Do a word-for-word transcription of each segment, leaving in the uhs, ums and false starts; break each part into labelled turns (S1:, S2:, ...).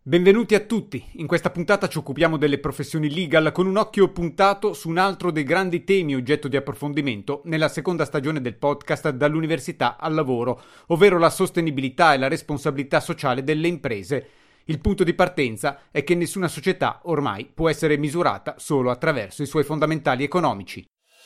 S1: Benvenuti a tutti, in questa puntata ci occupiamo delle professioni legal con un occhio puntato su un altro dei grandi temi oggetto di approfondimento nella seconda stagione del podcast Dall'università al lavoro, ovvero la sostenibilità e la responsabilità sociale delle imprese. Il punto di partenza è che nessuna società ormai può essere misurata solo attraverso i suoi fondamentali economici.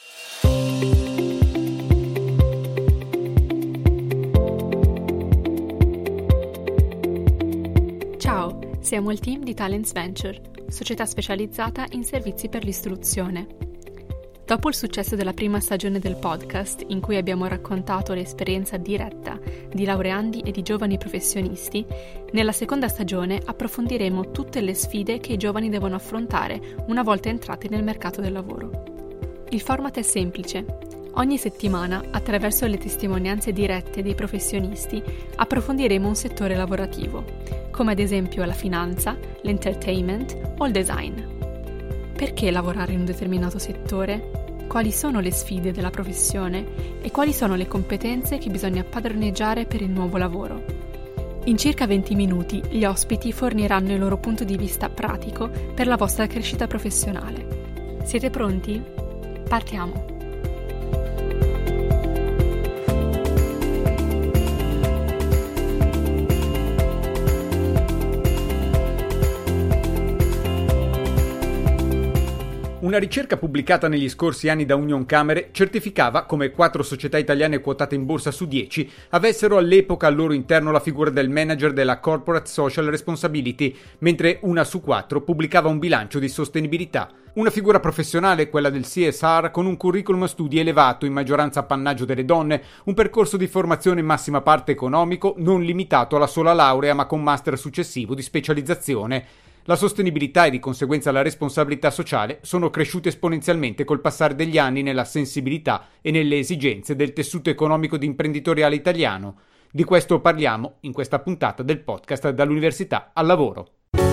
S2: Ciao, siamo il team di Talents Venture, società specializzata in servizi per l'istruzione. Dopo il successo della prima stagione del podcast, in cui abbiamo raccontato l'esperienza diretta di laureandi e di giovani professionisti, nella seconda stagione approfondiremo tutte le sfide che i giovani devono affrontare una volta entrati nel mercato del lavoro. Il format è semplice. Ogni settimana, attraverso le testimonianze dirette dei professionisti, approfondiremo un settore lavorativo, come ad esempio la finanza, l'entertainment o il design. Perché lavorare in un determinato settore? Quali sono le sfide della professione e quali sono le competenze che bisogna padroneggiare per il nuovo lavoro? In circa venti minuti gli ospiti forniranno il loro punto di vista pratico per la vostra crescita professionale. Siete pronti? Partiamo!
S1: Una ricerca pubblicata negli scorsi anni da Unioncamere certificava come quattro società italiane quotate in borsa su dieci avessero all'epoca al loro interno la figura del manager della Corporate Social Responsibility, mentre una su quattro pubblicava un bilancio di sostenibilità. Una figura professionale, quella del C S R, con un curriculum studi elevato, in maggioranza appannaggio delle donne, un percorso di formazione in massima parte economico, non limitato alla sola laurea ma con master successivo di specializzazione. La sostenibilità e di conseguenza la responsabilità sociale sono cresciute esponenzialmente col passare degli anni nella sensibilità e nelle esigenze del tessuto economico ed imprenditoriale italiano. Di questo parliamo in questa puntata del podcast Dall'università al lavoro.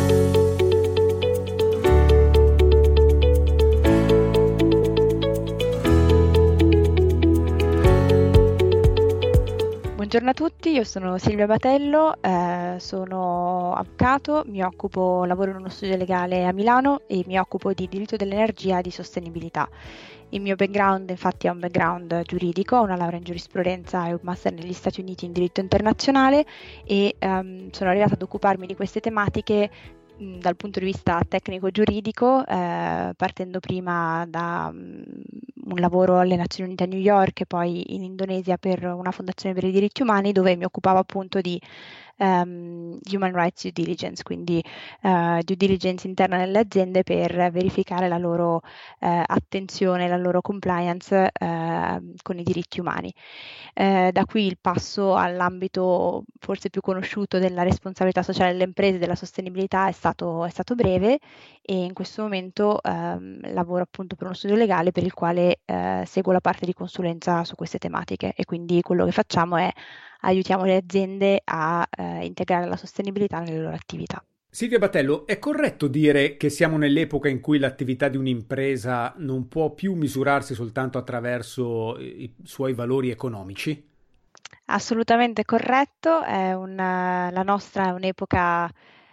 S3: Buongiorno a tutti, io sono Silvia Batello, eh, sono avvocato, mi occupo, lavoro in uno studio legale a Milano e mi occupo di diritto dell'energia e di sostenibilità. Il mio background infatti è un background giuridico, ho una laurea in giurisprudenza e un master negli Stati Uniti in diritto internazionale e um, sono arrivata ad occuparmi di queste tematiche dal punto di vista tecnico-giuridico, eh, partendo prima da um, un lavoro alle Nazioni Unite a New York e poi in Indonesia per una fondazione per i diritti umani, dove mi occupavo appunto di um, human rights due diligence, quindi uh, due diligence interna nelle aziende per verificare la loro uh, attenzione, la loro compliance uh, con i diritti umani. Uh, da qui il passo all'ambito forse più conosciuto della responsabilità sociale delle imprese, della sostenibilità, è stato, è stato breve e in questo momento um, lavoro appunto per uno studio legale per il quale uh, seguo la parte di consulenza su queste tematiche e quindi quello che facciamo è aiutiamo le aziende a uh, integrare la sostenibilità nelle loro attività.
S1: Silvia Batello, è corretto dire che siamo nell'epoca in cui l'attività di un'impresa non può più misurarsi soltanto attraverso i suoi valori economici?
S3: Assolutamente corretto, è una, la nostra è un'epoca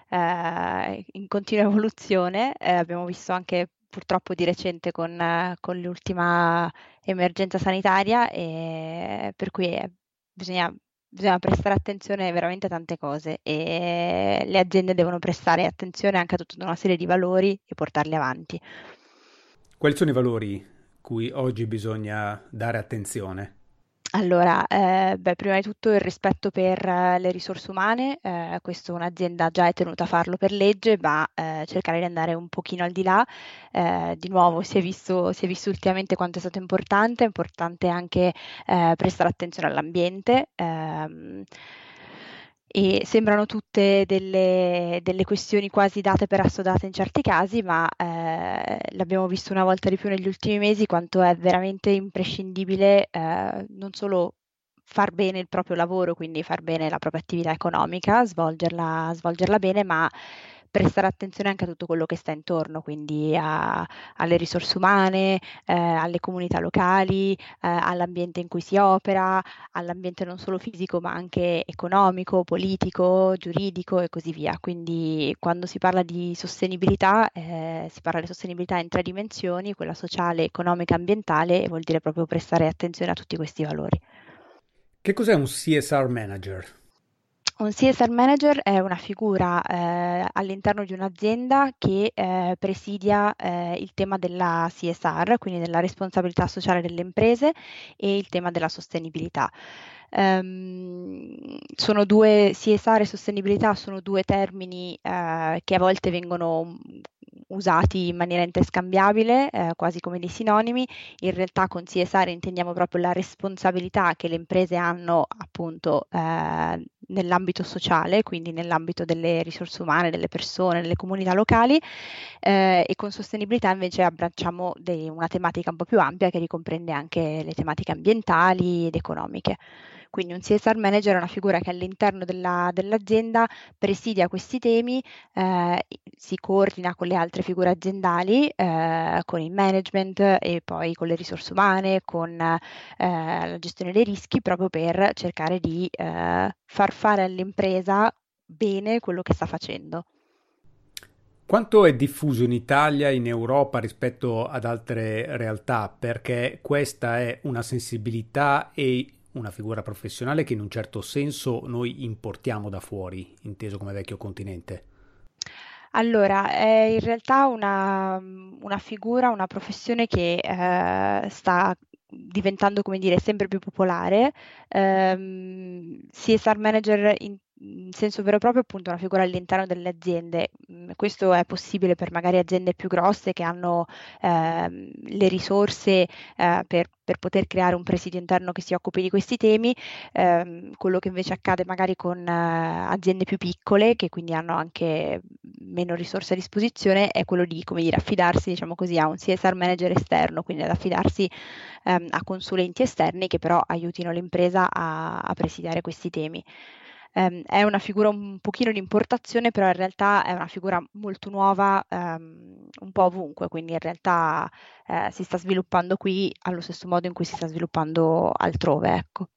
S3: eh, in continua evoluzione, eh, abbiamo visto anche purtroppo di recente con, eh, con l'ultima emergenza sanitaria, e per cui è, bisogna, bisogna prestare attenzione veramente a tante cose e le aziende devono prestare attenzione anche a tutta una serie di valori e portarli avanti.
S1: Quali sono i valori cui oggi bisogna dare attenzione?
S3: Allora, eh, beh, prima di tutto il rispetto per eh, le risorse umane, eh, questo un'azienda già è tenuta a farlo per legge, ma eh, cercare di andare un pochino al di là. Eh, di nuovo si è visto, si è visto ultimamente quanto è stato importante, è importante anche eh, prestare attenzione all'ambiente. Ehm, E sembrano tutte delle, delle questioni quasi date per assodate in certi casi, ma eh, l'abbiamo visto una volta di più negli ultimi mesi quanto è veramente imprescindibile eh, non solo far bene il proprio lavoro, quindi far bene la propria attività economica, svolgerla, svolgerla bene, ma prestare attenzione anche a tutto quello che sta intorno, quindi a, alle risorse umane, eh, alle comunità locali, eh, all'ambiente in cui si opera, all'ambiente non solo fisico ma anche economico, politico, giuridico e così via. Quindi quando si parla di sostenibilità, eh, si parla di sostenibilità in tre dimensioni, quella sociale, economica, ambientale, e vuol dire proprio prestare attenzione a tutti questi valori.
S1: Che cos'è un C S R manager?
S3: Un C S R manager è una figura eh, all'interno di un'azienda che eh, presidia eh, il tema della C S R, quindi della responsabilità sociale delle imprese, e il tema della sostenibilità. Um, sono due, C S R e sostenibilità sono due termini eh, che a volte vengono usati in maniera interscambiabile, eh, quasi come dei sinonimi. In realtà con C S R intendiamo proprio la responsabilità che le imprese hanno appunto eh, nell'ambito sociale, quindi nell'ambito delle risorse umane, delle persone, delle comunità locali, eh, e con sostenibilità invece abbracciamo dei, una tematica un po' più ampia che ricomprende anche le tematiche ambientali ed economiche. Quindi un C S R manager è una figura che all'interno della, dell'azienda presidia questi temi, eh, si coordina con le altre figure aziendali, eh, con il management e poi con le risorse umane, con eh, la gestione dei rischi, proprio per cercare di eh, far fare all'impresa bene quello che sta facendo.
S1: Quanto è diffuso in Italia, in Europa rispetto ad altre realtà? Perché questa è una sensibilità e una figura professionale che in un certo senso noi importiamo da fuori, inteso come vecchio continente.
S3: Allora, è in realtà una, una figura, una professione che eh, sta diventando, come dire, sempre più popolare. Um, C S R manager in, in senso vero e proprio, appunto, una figura all'interno delle aziende. Mm, Questo è possibile per magari aziende più grosse che hanno ehm, le risorse eh, per, per poter creare un presidio interno che si occupi di questi temi. Ehm, quello che invece accade magari con eh, aziende più piccole, che quindi hanno anche meno risorse a disposizione, è quello di, come dire, affidarsi, diciamo così, a un C S R manager esterno, quindi ad affidarsi ehm, a consulenti esterni che però aiutino l'impresa a, a presidiare questi temi. Um, è una figura un pochino di importazione, però in realtà è una figura molto nuova, um, un po' ovunque, quindi in realtà eh, si sta sviluppando qui allo stesso modo in cui si sta sviluppando altrove, ecco.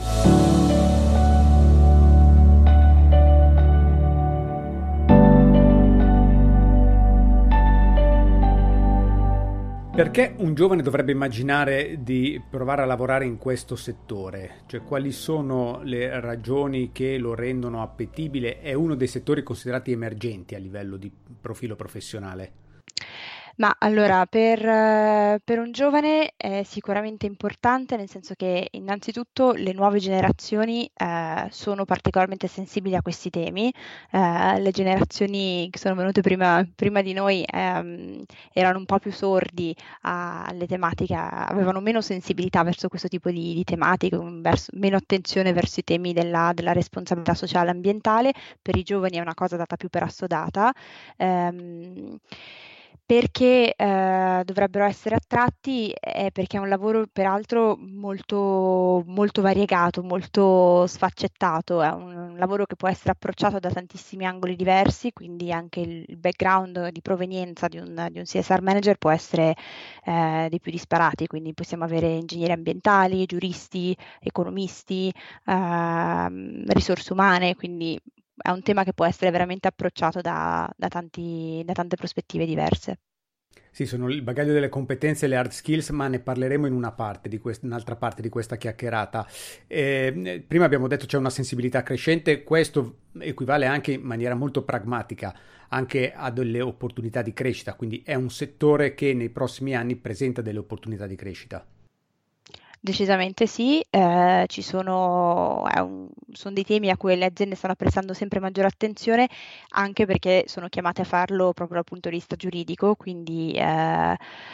S1: Perché un giovane dovrebbe immaginare di provare a lavorare in questo settore? Cioè, quali sono le ragioni che lo rendono appetibile? È uno dei settori considerati emergenti a livello di profilo professionale.
S3: Ma allora, per, eh, per un giovane è sicuramente importante, nel senso che innanzitutto le nuove generazioni eh, sono particolarmente sensibili a questi temi. Eh, le generazioni che sono venute prima, prima di noi ehm, erano un po' più sordi a- alle tematiche, avevano meno sensibilità verso questo tipo di, di tematiche, un verso- meno attenzione verso i temi della, della responsabilità sociale e ambientale. Per i giovani è una cosa data più per assodata. Ehm, Perché eh, dovrebbero essere attratti? È perché è un lavoro peraltro molto, molto variegato, molto sfaccettato, è un, un lavoro che può essere approcciato da tantissimi angoli diversi, quindi anche il, il background di provenienza di un, di un C S R manager può essere eh, dei più disparati, quindi possiamo avere ingegneri ambientali, giuristi, economisti, ehm, risorse umane, quindi è un tema che può essere veramente approcciato da, da tanti, da tante prospettive diverse.
S1: Sì, sono il bagaglio delle competenze e le hard skills, ma ne parleremo in una parte di quest- un'altra parte di questa chiacchierata. Eh, prima abbiamo detto c'è una sensibilità crescente, questo equivale anche in maniera molto pragmatica anche a delle opportunità di crescita, quindi è un settore che nei prossimi anni presenta delle opportunità di crescita.
S3: Decisamente sì, eh, ci sono, è un- sono dei temi a cui le aziende stanno prestando sempre maggiore attenzione, anche perché sono chiamate a farlo proprio dal punto di vista giuridico, quindi eh,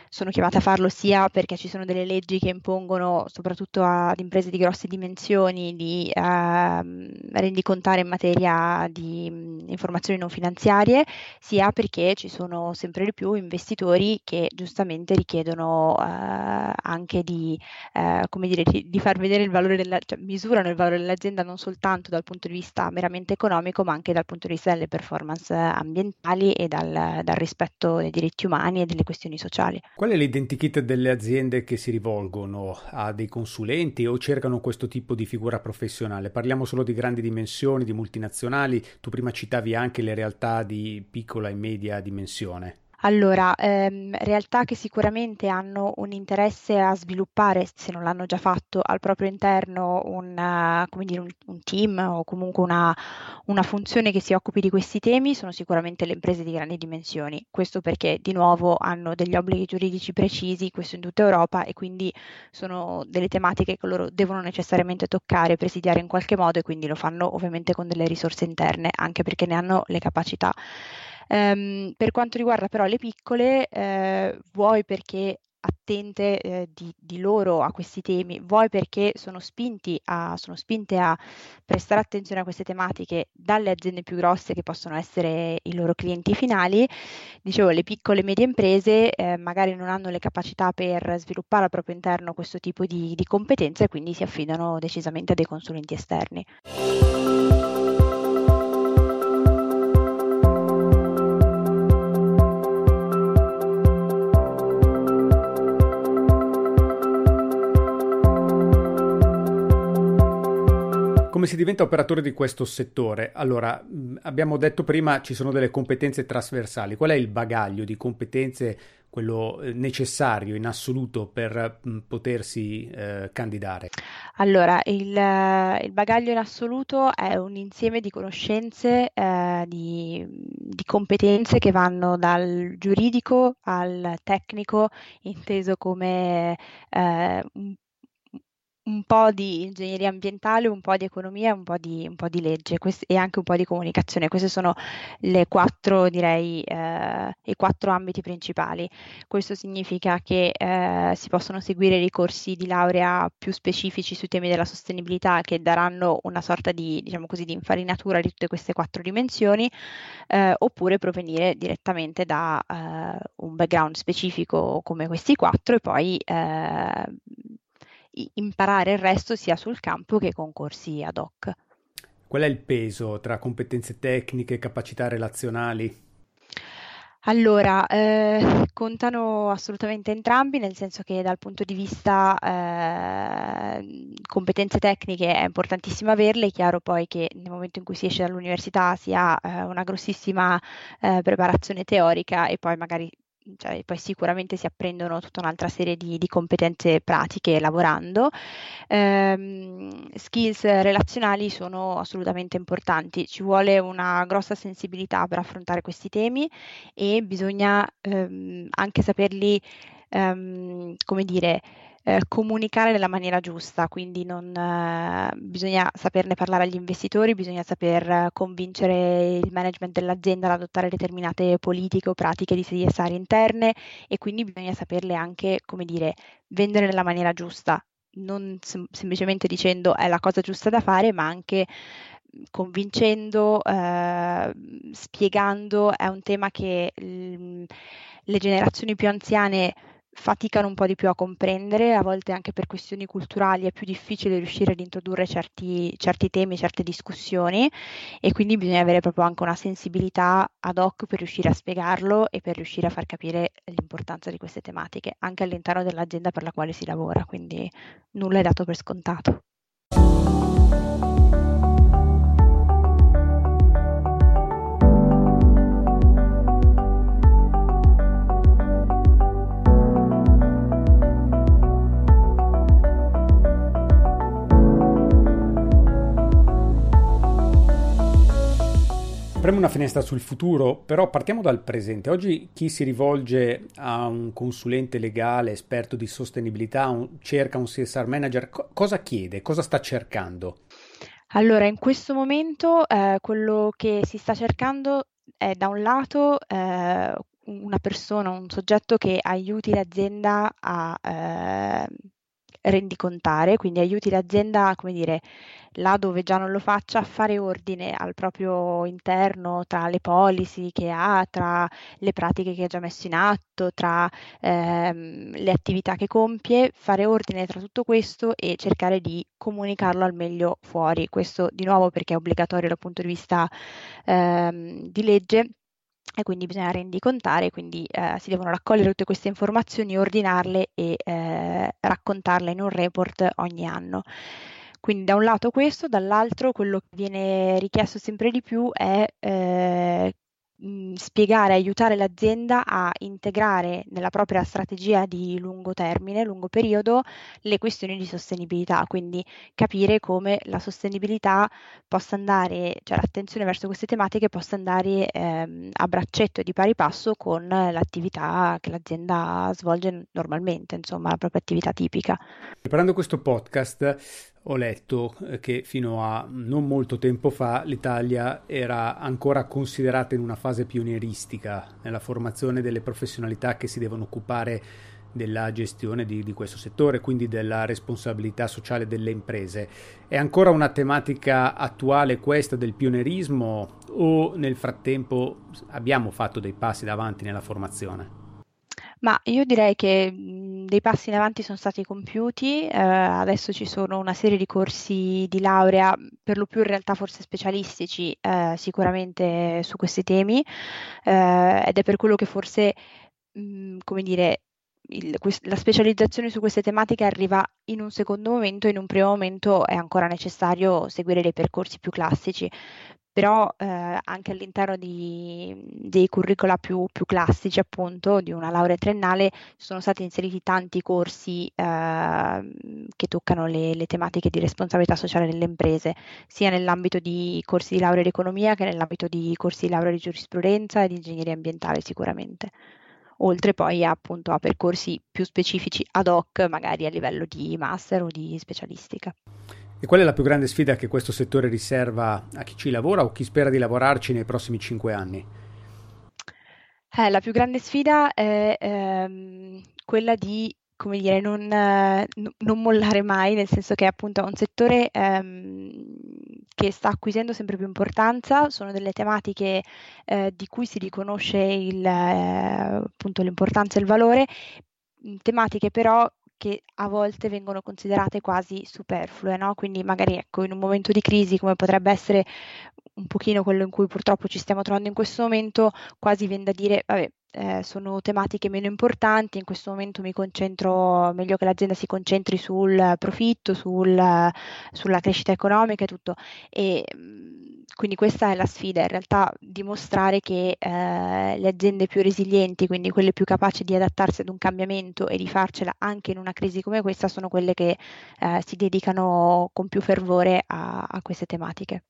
S3: sono chiamate a farlo sia perché ci sono delle leggi che impongono, soprattutto ad imprese di grosse dimensioni, di ehm, rendicontare in materia di mh, informazioni non finanziarie, sia perché ci sono sempre di più investitori che giustamente richiedono eh, anche di, eh, come dire, di, di far vedere il valore della, cioè misurano il valore dell'azienda non soltanto dal punto di vista meramente economico, ma anche dal punto di vista delle performance ambientali e dal, dal rispetto dei diritti umani e delle questioni sociali.
S1: Qual è l'identikit delle aziende che si rivolgono a dei consulenti o cercano questo tipo di figura professionale? Parliamo solo di grandi dimensioni, di multinazionali, tu prima citavi anche le realtà di piccola e media dimensione.
S3: Allora, ehm, realtà che sicuramente hanno un interesse a sviluppare, se non l'hanno già fatto, al proprio interno un, eh, come dire, un, un team o comunque una, una funzione che si occupi di questi temi, sono sicuramente le imprese di grandi dimensioni. Questo perché, di nuovo, hanno degli obblighi giuridici precisi, questo in tutta Europa, e quindi sono delle tematiche che loro devono necessariamente toccare, presidiare in qualche modo, e quindi lo fanno ovviamente con delle risorse interne, anche perché ne hanno le capacità. Um, per quanto riguarda però le piccole, eh, vuoi perché attente eh, di, di loro a questi temi, vuoi perché sono spinti a, sono spinte a prestare attenzione a queste tematiche dalle aziende più grosse che possono essere i loro clienti finali. Dicevo, le piccole e medie imprese eh, magari non hanno le capacità per sviluppare al proprio interno questo tipo di, di competenze, e quindi si affidano decisamente a dei consulenti esterni.
S1: Come si diventa operatore di questo settore? Allora, abbiamo detto prima ci sono delle competenze trasversali. Qual è il bagaglio di competenze, quello necessario in assoluto per potersi eh, candidare?
S3: Allora, il, il bagaglio in assoluto è un insieme di conoscenze, eh, di, di competenze che vanno dal giuridico al tecnico, inteso come eh, un un po' di ingegneria ambientale, un po' di economia, un po' di, un po' di legge quest- e anche un po' di comunicazione. Queste sono le quattro, direi, eh, i quattro ambiti principali. Questo significa che eh, si possono seguire dei corsi di laurea più specifici sui temi della sostenibilità che daranno una sorta di, diciamo così, di infarinatura di tutte queste quattro dimensioni, eh, oppure provenire direttamente da eh, un background specifico come questi quattro e poi eh, imparare il resto sia sul campo che con corsi ad hoc.
S1: Qual è il peso tra competenze tecniche e capacità relazionali?
S3: Allora, eh, contano assolutamente entrambi, nel senso che dal punto di vista eh, competenze tecniche è importantissimo averle. È chiaro poi che nel momento in cui si esce dall'università si ha eh, una grossissima eh, preparazione teorica, e poi magari cioè, poi sicuramente si apprendono tutta un'altra serie di, di competenze pratiche lavorando. Ehm, skills relazionali sono assolutamente importanti, ci vuole una grossa sensibilità per affrontare questi temi, e bisogna ehm, anche saperli, ehm, come dire, eh, comunicare nella maniera giusta, quindi non, eh, bisogna saperne parlare agli investitori, bisogna saper eh, convincere il management dell'azienda ad adottare determinate politiche o pratiche di C S R interne, e quindi bisogna saperle anche, come dire, vendere nella maniera giusta, non sem- semplicemente dicendo è la cosa giusta da fare, ma anche convincendo, eh, spiegando. È un tema che l- le generazioni più anziane faticano un po' di più a comprendere, a volte anche per questioni culturali è più difficile riuscire ad introdurre certi, certi temi, certe discussioni, e quindi bisogna avere proprio anche una sensibilità ad hoc per riuscire a spiegarlo e per riuscire a far capire l'importanza di queste tematiche, anche all'interno dell'azienda per la quale si lavora, quindi nulla è dato per scontato.
S1: Apriamo una finestra sul futuro, però partiamo dal presente. Oggi chi si rivolge a un consulente legale, esperto di sostenibilità, un, cerca un C S R manager, co- cosa chiede? Cosa sta cercando?
S3: Allora, in questo momento eh, quello che si sta cercando è da un lato eh, una persona, un soggetto che aiuti l'azienda a eh, rendicontare, quindi aiuti l'azienda, come dire, là dove già non lo faccia, a fare ordine al proprio interno tra le policy che ha, tra le pratiche che ha già messo in atto, tra ehm, le attività che compie, fare ordine tra tutto questo e cercare di comunicarlo al meglio fuori. Questo di nuovo perché è obbligatorio dal punto di vista ehm, di legge. E quindi bisogna rendicontare, quindi eh, si devono raccogliere tutte queste informazioni, ordinarle e eh, raccontarle in un report ogni anno. Quindi da un lato questo, dall'altro quello che viene richiesto sempre di più è eh, mh, spiegare, aiutare l'azienda a integrare nella propria strategia di lungo termine, lungo periodo, le questioni di sostenibilità, quindi capire come la sostenibilità possa andare, cioè l'attenzione verso queste tematiche possa andare ehm, a braccetto e di pari passo con l'attività che l'azienda svolge normalmente, insomma, la propria attività tipica.
S1: Preparando questo podcast ho letto eh, che fino a non molto tempo fa l'Italia era ancora considerata in una fase pionieristica nella formazione delle professionalità che si devono occupare della gestione di, di questo settore, quindi della responsabilità sociale delle imprese. È ancora una tematica attuale questa del pionierismo o nel frattempo abbiamo fatto dei passi davanti nella formazione?
S3: Ma io direi che mh, dei passi in avanti sono stati compiuti, eh, adesso ci sono una serie di corsi di laurea, per lo più in realtà forse specialistici, eh, sicuramente su questi temi, eh, ed è per quello che forse, mh, come dire, il- quest- la specializzazione su queste tematiche arriva in un secondo momento, in un primo momento è ancora necessario seguire dei percorsi più classici. Però eh, anche all'interno di- dei curricula più, più classici, appunto, di una laurea triennale, sono stati inseriti tanti corsi ehm, che toccano le, le tematiche di responsabilità sociale delle imprese, sia nell'ambito di corsi di laurea di economia che nell'ambito di corsi di laurea di giurisprudenza e di ingegneria ambientale sicuramente. Oltre poi appunto a percorsi più specifici ad hoc, magari a livello di master o di specialistica.
S1: E qual è la più grande sfida che questo settore riserva a chi ci lavora o chi spera di lavorarci nei prossimi cinque anni?
S3: Eh, la più grande sfida è ehm, quella di, come dire, non, eh, no- non mollare mai, nel senso che appunto è un settore ehm, che sta acquisendo sempre più importanza, sono delle tematiche eh, di cui si riconosce il, eh, appunto l'importanza e il valore, mh, tematiche però che a volte vengono considerate quasi superflue, no? Quindi magari ecco, in un momento di crisi come potrebbe essere un pochino quello in cui purtroppo ci stiamo trovando in questo momento, quasi viene da dire, vabbè, eh, sono tematiche meno importanti, in questo momento mi concentro, meglio che l'azienda si concentri sul profitto, sul- sulla crescita economica e tutto. E mh, quindi questa è la sfida, in realtà dimostrare che eh, le aziende più resilienti, quindi quelle più capaci di adattarsi ad un cambiamento e di farcela anche in una crisi come questa, sono quelle che eh, si dedicano con più fervore a a queste tematiche.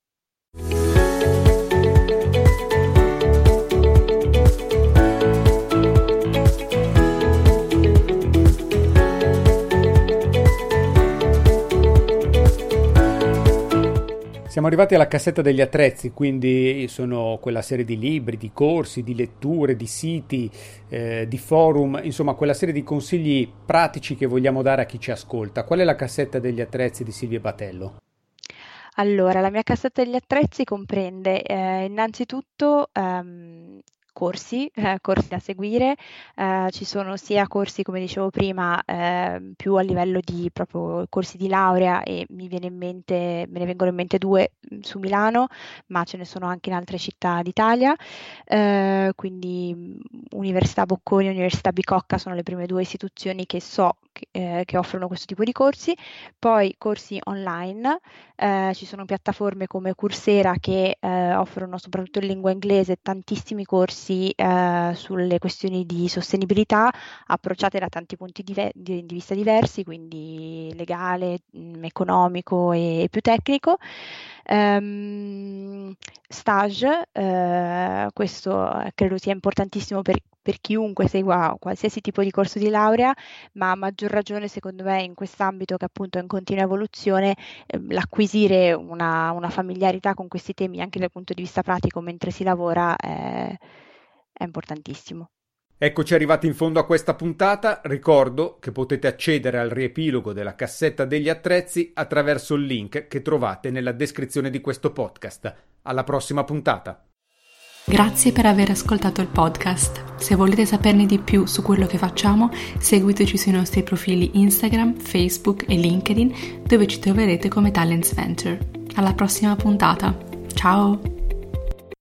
S1: Siamo arrivati alla cassetta degli attrezzi, quindi sono quella serie di libri, di corsi, di letture, di siti, eh, di forum, insomma quella serie di consigli pratici che vogliamo dare a chi ci ascolta. Qual è la cassetta degli attrezzi di Silvia Batello?
S3: Allora, la mia cassetta degli attrezzi comprende eh, innanzitutto ehm, corsi, eh, corsi da seguire, eh, ci sono sia corsi, come dicevo prima, eh, più a livello di proprio corsi di laurea e mi viene in mente, me ne vengono in mente due mh, su Milano, ma ce ne sono anche in altre città d'Italia, eh, quindi mh, Università Bocconi e Università Bicocca sono le prime due istituzioni che so che, eh, che offrono questo tipo di corsi, poi corsi online. Eh, ci sono piattaforme come Coursera che eh, offrono soprattutto in lingua inglese tantissimi corsi eh, sulle questioni di sostenibilità approcciate da tanti punti di, ve- di- di vista diversi, quindi legale, mh, economico e più tecnico. Ehm, stage, eh, questo eh, credo sia importantissimo per, per chiunque segua qualsiasi tipo di corso di laurea, ma a maggior ragione secondo me in quest'ambito che appunto è in continua evoluzione, ehm, l'acquisire una, una familiarità con questi temi anche dal punto di vista pratico mentre si lavora è, è importantissimo.
S1: Eccoci arrivati in fondo a questa puntata. Ricordo che potete accedere al riepilogo della cassetta degli attrezzi attraverso il link che trovate nella descrizione di questo podcast. Alla prossima puntata.
S2: Grazie per aver ascoltato il podcast. Se volete saperne di più su quello che facciamo, seguiteci sui nostri profili Instagram, Facebook e LinkedIn, dove ci troverete come Talents Venture. Alla prossima puntata. Ciao!